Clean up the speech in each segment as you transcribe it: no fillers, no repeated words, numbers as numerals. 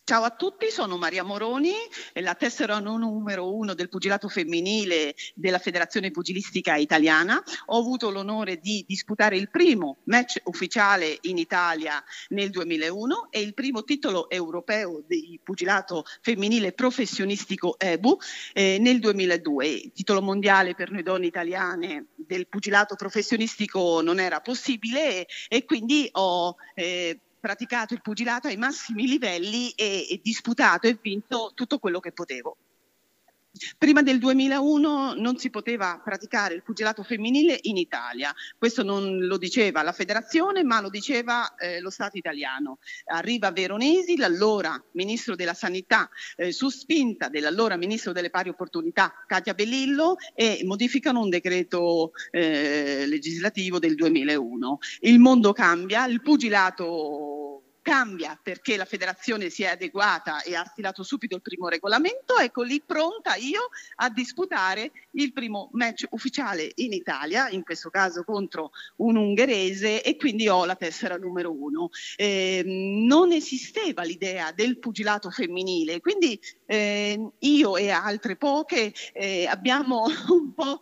Ciao a tutti, sono Maria Moroni, la tessera numero 1 del pugilato femminile della Federazione Pugilistica Italiana. Ho avuto l'onore di disputare il primo match ufficiale in Italia nel 2001 e il primo titolo europeo di pugilato femminile professionistico EBU nel 2002. Il titolo mondiale per noi donne italiane del pugilato professionistico non era possibile e quindi ho praticato il pugilato ai massimi livelli e disputato e vinto tutto quello che potevo. Prima del 2001 non si poteva praticare il pugilato femminile in Italia, questo non lo diceva la federazione ma lo diceva lo Stato italiano. Arriva Veronesi, l'allora ministro della sanità, su spinta dell'allora ministro delle pari opportunità Katia Belillo, e modificano un decreto legislativo del 2001. Il mondo cambia, il pugilato cambia perché la federazione si è adeguata e ha stilato subito il primo regolamento. Ecco lì pronta io a disputare il primo match ufficiale in Italia, in questo caso contro un ungherese, e quindi ho la tessera numero 1. Non esisteva l'idea del pugilato femminile, quindi io e altre poche abbiamo un po'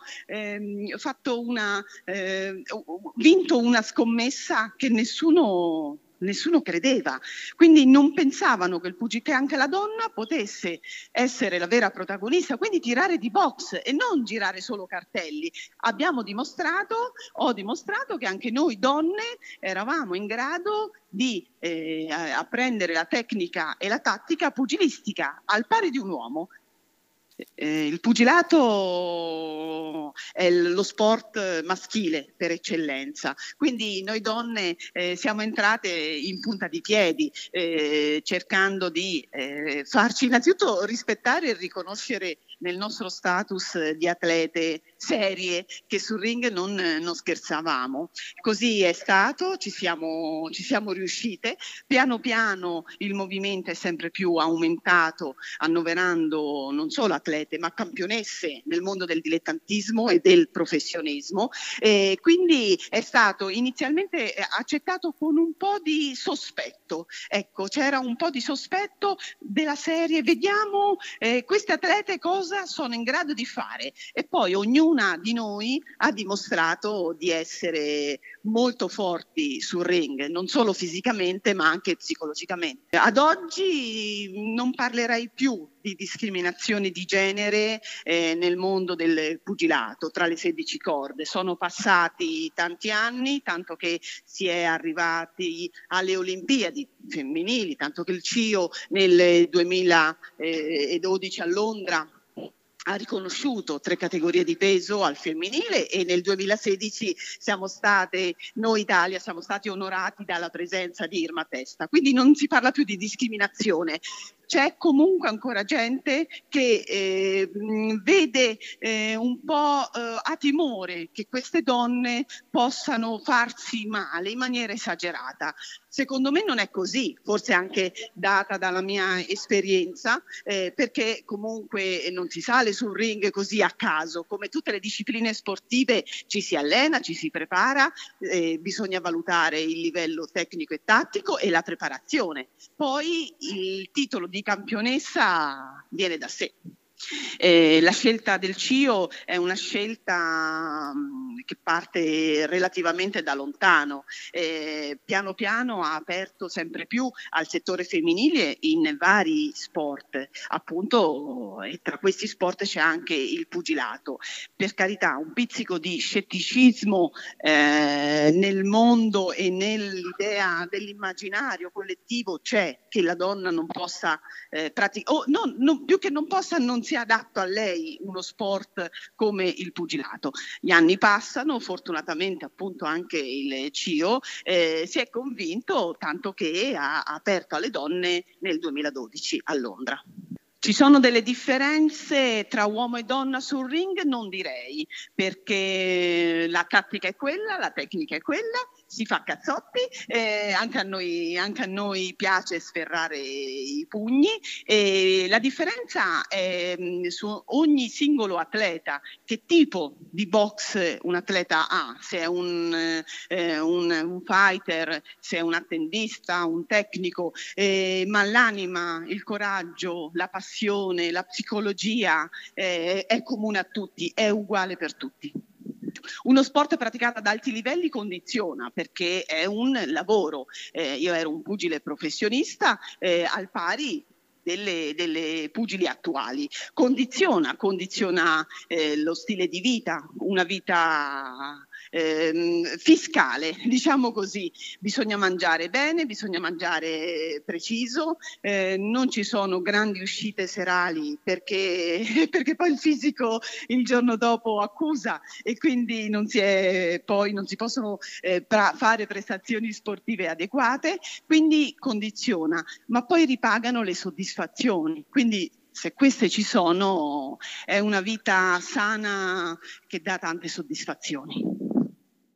vinto una scommessa che nessuno credeva, quindi non pensavano che anche la donna potesse essere la vera protagonista, quindi tirare di box e non girare solo cartelli. Ho dimostrato che anche noi donne eravamo in grado di apprendere la tecnica e la tattica pugilistica al pari di un uomo. Il pugilato è lo sport maschile per eccellenza, quindi noi donne siamo entrate in punta di piedi cercando di farci innanzitutto rispettare e riconoscere nel nostro status di atlete serie, che sul ring non scherzavamo. Così è stato, ci siamo riuscite. Piano piano il movimento è sempre più aumentato, annoverando non solo atlete ma campionesse nel mondo del dilettantismo e del professionismo. Quindi è stato inizialmente accettato con un po' di sospetto. Ecco, c'era un po' di sospetto della serie, vediamo queste atlete cosa sono in grado di fare, e poi ognuna di noi ha dimostrato di essere molto forti sul ring, non solo fisicamente ma anche psicologicamente. Ad oggi non parlerei più di discriminazione di genere nel mondo del pugilato tra le 16 corde. Sono passati tanti anni, tanto che si è arrivati alle Olimpiadi femminili, tanto che il CIO nel 2012 a Londra ha riconosciuto 3 categorie di peso al femminile, e nel 2016 noi Italia siamo stati onorati dalla presenza di Irma Testa. Quindi non si parla più di discriminazione. C'è comunque ancora gente che vede un po' ha timore che queste donne possano farsi male in maniera esagerata. Secondo me non è così, forse anche data dalla mia esperienza, perché comunque non si sale sul ring così a caso. Come tutte le discipline sportive ci si allena, ci si prepara, bisogna valutare il livello tecnico e tattico e la preparazione. Poi il titolo di campionessa viene da sé. La scelta del CIO è una scelta che parte relativamente da lontano. Piano piano ha aperto sempre più al settore femminile in vari sport, appunto, e tra questi sport c'è anche il pugilato. Per carità, un pizzico di scetticismo nel mondo e nell'idea dell'immaginario collettivo c'è, che la donna non possa praticare, più che non possa, non sia adatto a lei uno sport come il pugilato. Gli anni passano, fortunatamente appunto anche il CIO si è convinto, tanto che ha aperto alle donne nel 2012 a Londra. Ci sono delle differenze tra uomo e donna sul ring? Non direi, perché la tattica è quella, la tecnica è quella, si fa cazzotti, anche a noi piace sferrare i pugni, e la differenza è su ogni singolo atleta, che tipo di box un atleta ha, se è un fighter, se è un attendista, un tecnico, ma l'anima, il coraggio, la passione, la psicologia è comune a tutti, è uguale per tutti. Uno sport praticato ad alti livelli condiziona, perché è un lavoro. Io ero un pugile professionista al pari delle pugili attuali. Condiziona lo stile di vita, una vita fiscale, diciamo così. Bisogna mangiare bene, bisogna mangiare preciso, non ci sono grandi uscite serali perché poi il fisico il giorno dopo accusa, e quindi non si possono fare prestazioni sportive adeguate, quindi condiziona, ma poi ripagano le soddisfazioni. Quindi se queste ci sono, è una vita sana che dà tante soddisfazioni.